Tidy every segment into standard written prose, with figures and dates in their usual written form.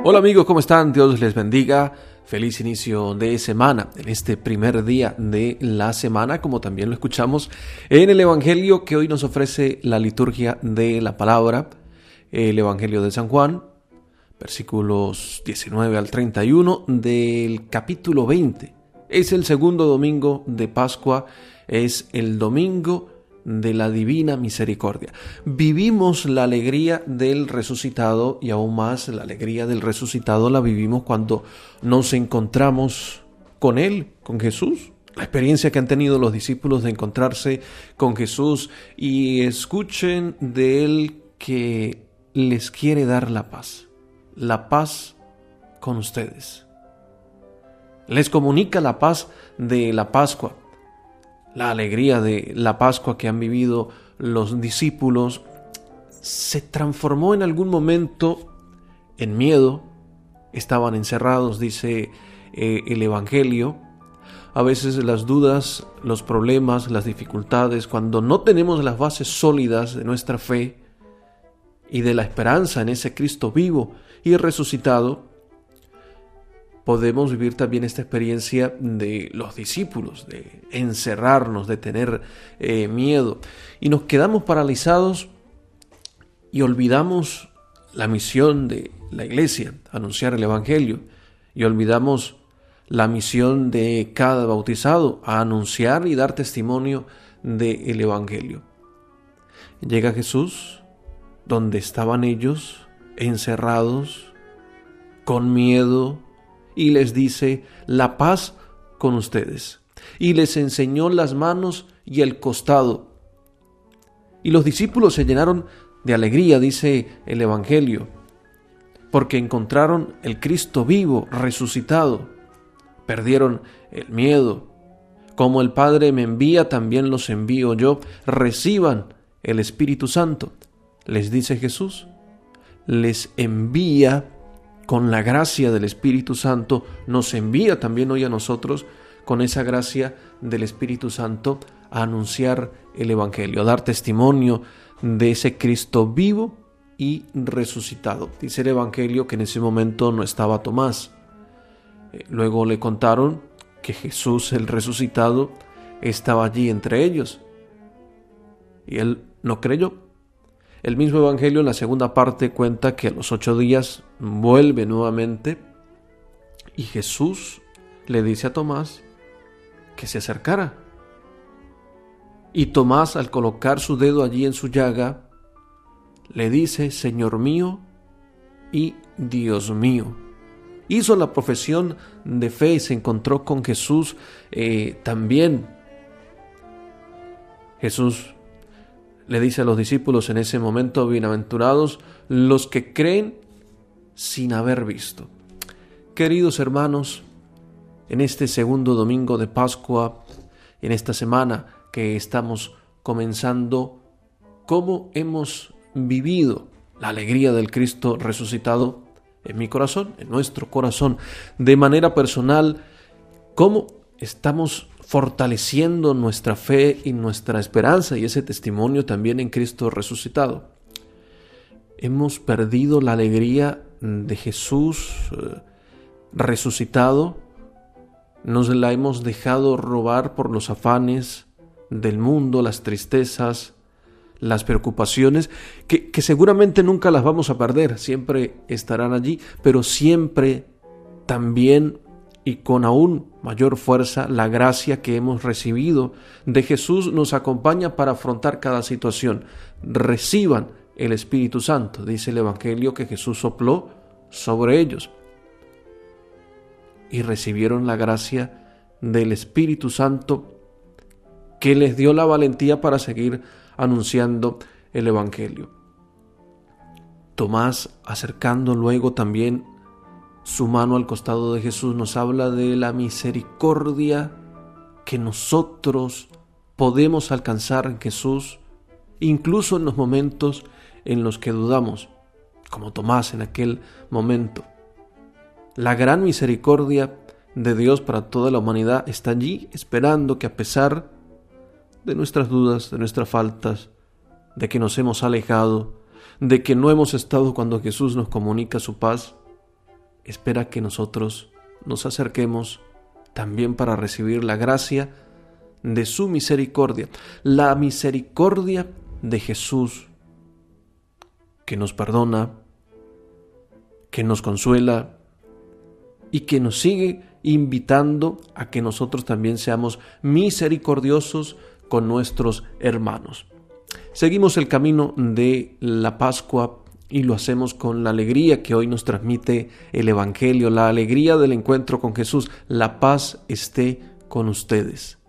Hola amigos, ¿cómo están? Dios les bendiga. Feliz inicio de semana, en este primer día de la semana, como también lo escuchamos en el Evangelio que hoy nos ofrece la liturgia de la palabra, el Evangelio de San Juan, versículos 19 al 31 del capítulo 20. Es el segundo domingo de Pascua, es el domingo de la Divina Misericordia. Vivimos la alegría del resucitado y aún más la alegría del resucitado la vivimos cuando nos encontramos con Él, con Jesús. La experiencia que han tenido los discípulos de encontrarse con Jesús y escuchen de Él que les quiere dar la paz con ustedes. Les comunica la paz de la Pascua. La alegría de la Pascua que han vivido los discípulos se transformó en algún momento en miedo. Estaban encerrados, dice el Evangelio. A veces las dudas, los problemas, las dificultades, cuando no tenemos las bases sólidas de nuestra fe y de la esperanza en ese Cristo vivo y resucitado, podemos vivir también esta experiencia de los discípulos, de encerrarnos, de tener miedo. Y nos quedamos paralizados y olvidamos la misión de la iglesia, anunciar el Evangelio. Y olvidamos la misión de cada bautizado, a anunciar y dar testimonio del Evangelio. Llega Jesús, donde estaban ellos, encerrados, con miedo, y les dice, la paz con ustedes. Y les enseñó las manos y el costado. Y los discípulos se llenaron de alegría, dice el Evangelio, porque encontraron el Cristo vivo, resucitado. Perdieron el miedo. Como el Padre me envía, también los envío yo. Reciban el Espíritu Santo. Les dice Jesús. Les envía con la gracia del Espíritu Santo, nos envía también hoy a nosotros con esa gracia del Espíritu Santo a anunciar el Evangelio, a dar testimonio de ese Cristo vivo y resucitado. Dice el Evangelio que en ese momento no estaba Tomás. Luego le contaron que Jesús, el resucitado, estaba allí entre ellos. Y él no creyó. El mismo Evangelio en la segunda parte cuenta que a los 8 días vuelve nuevamente y Jesús le dice a Tomás que se acercara. Y Tomás, al colocar su dedo allí en su llaga, le dice, Señor mío y Dios mío. Hizo la profesión de fe y se encontró con Jesús también. Jesús le dice a los discípulos en ese momento, bienaventurados los que creen sin haber visto. Queridos hermanos, en este segundo domingo de Pascua, en esta semana que estamos comenzando, ¿cómo hemos vivido la alegría del Cristo resucitado en mi corazón, en nuestro corazón? De manera personal, ¿cómo estamos fortaleciendo nuestra fe y nuestra esperanza y ese testimonio también en Cristo resucitado? Hemos perdido la alegría de Jesús resucitado, nos la hemos dejado robar por los afanes del mundo, las tristezas, las preocupaciones, que seguramente nunca las vamos a perder, siempre estarán allí, pero siempre también y con aún mayor fuerza, la gracia que hemos recibido de Jesús nos acompaña para afrontar cada situación. Reciban el Espíritu Santo, dice el Evangelio que Jesús sopló sobre ellos. Y recibieron la gracia del Espíritu Santo que les dio la valentía para seguir anunciando el Evangelio. Tomás, acercando luego también su mano al costado de Jesús, nos habla de la misericordia que nosotros podemos alcanzar en Jesús, incluso en los momentos en los que dudamos, como Tomás en aquel momento. La gran misericordia de Dios para toda la humanidad está allí esperando que a pesar de nuestras dudas, de nuestras faltas, de que nos hemos alejado, de que no hemos estado cuando Jesús nos comunica su paz, espera que nosotros nos acerquemos también para recibir la gracia de su misericordia, la misericordia de Jesús, que nos perdona, que nos consuela y que nos sigue invitando a que nosotros también seamos misericordiosos con nuestros hermanos. Seguimos el camino de la Pascua y lo hacemos con la alegría que hoy nos transmite el Evangelio, la alegría del encuentro con Jesús. La paz esté con ustedes.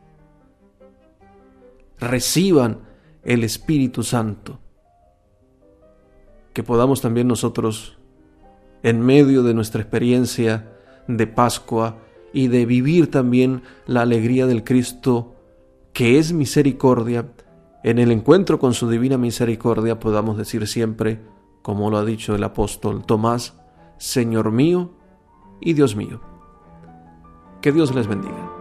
Reciban el Espíritu Santo. Que podamos también nosotros, en medio de nuestra experiencia de Pascua y de vivir también la alegría del Cristo, que es misericordia, en el encuentro con su divina misericordia podamos decir siempre, como lo ha dicho el apóstol Tomás, Señor mío y Dios mío. Que Dios les bendiga.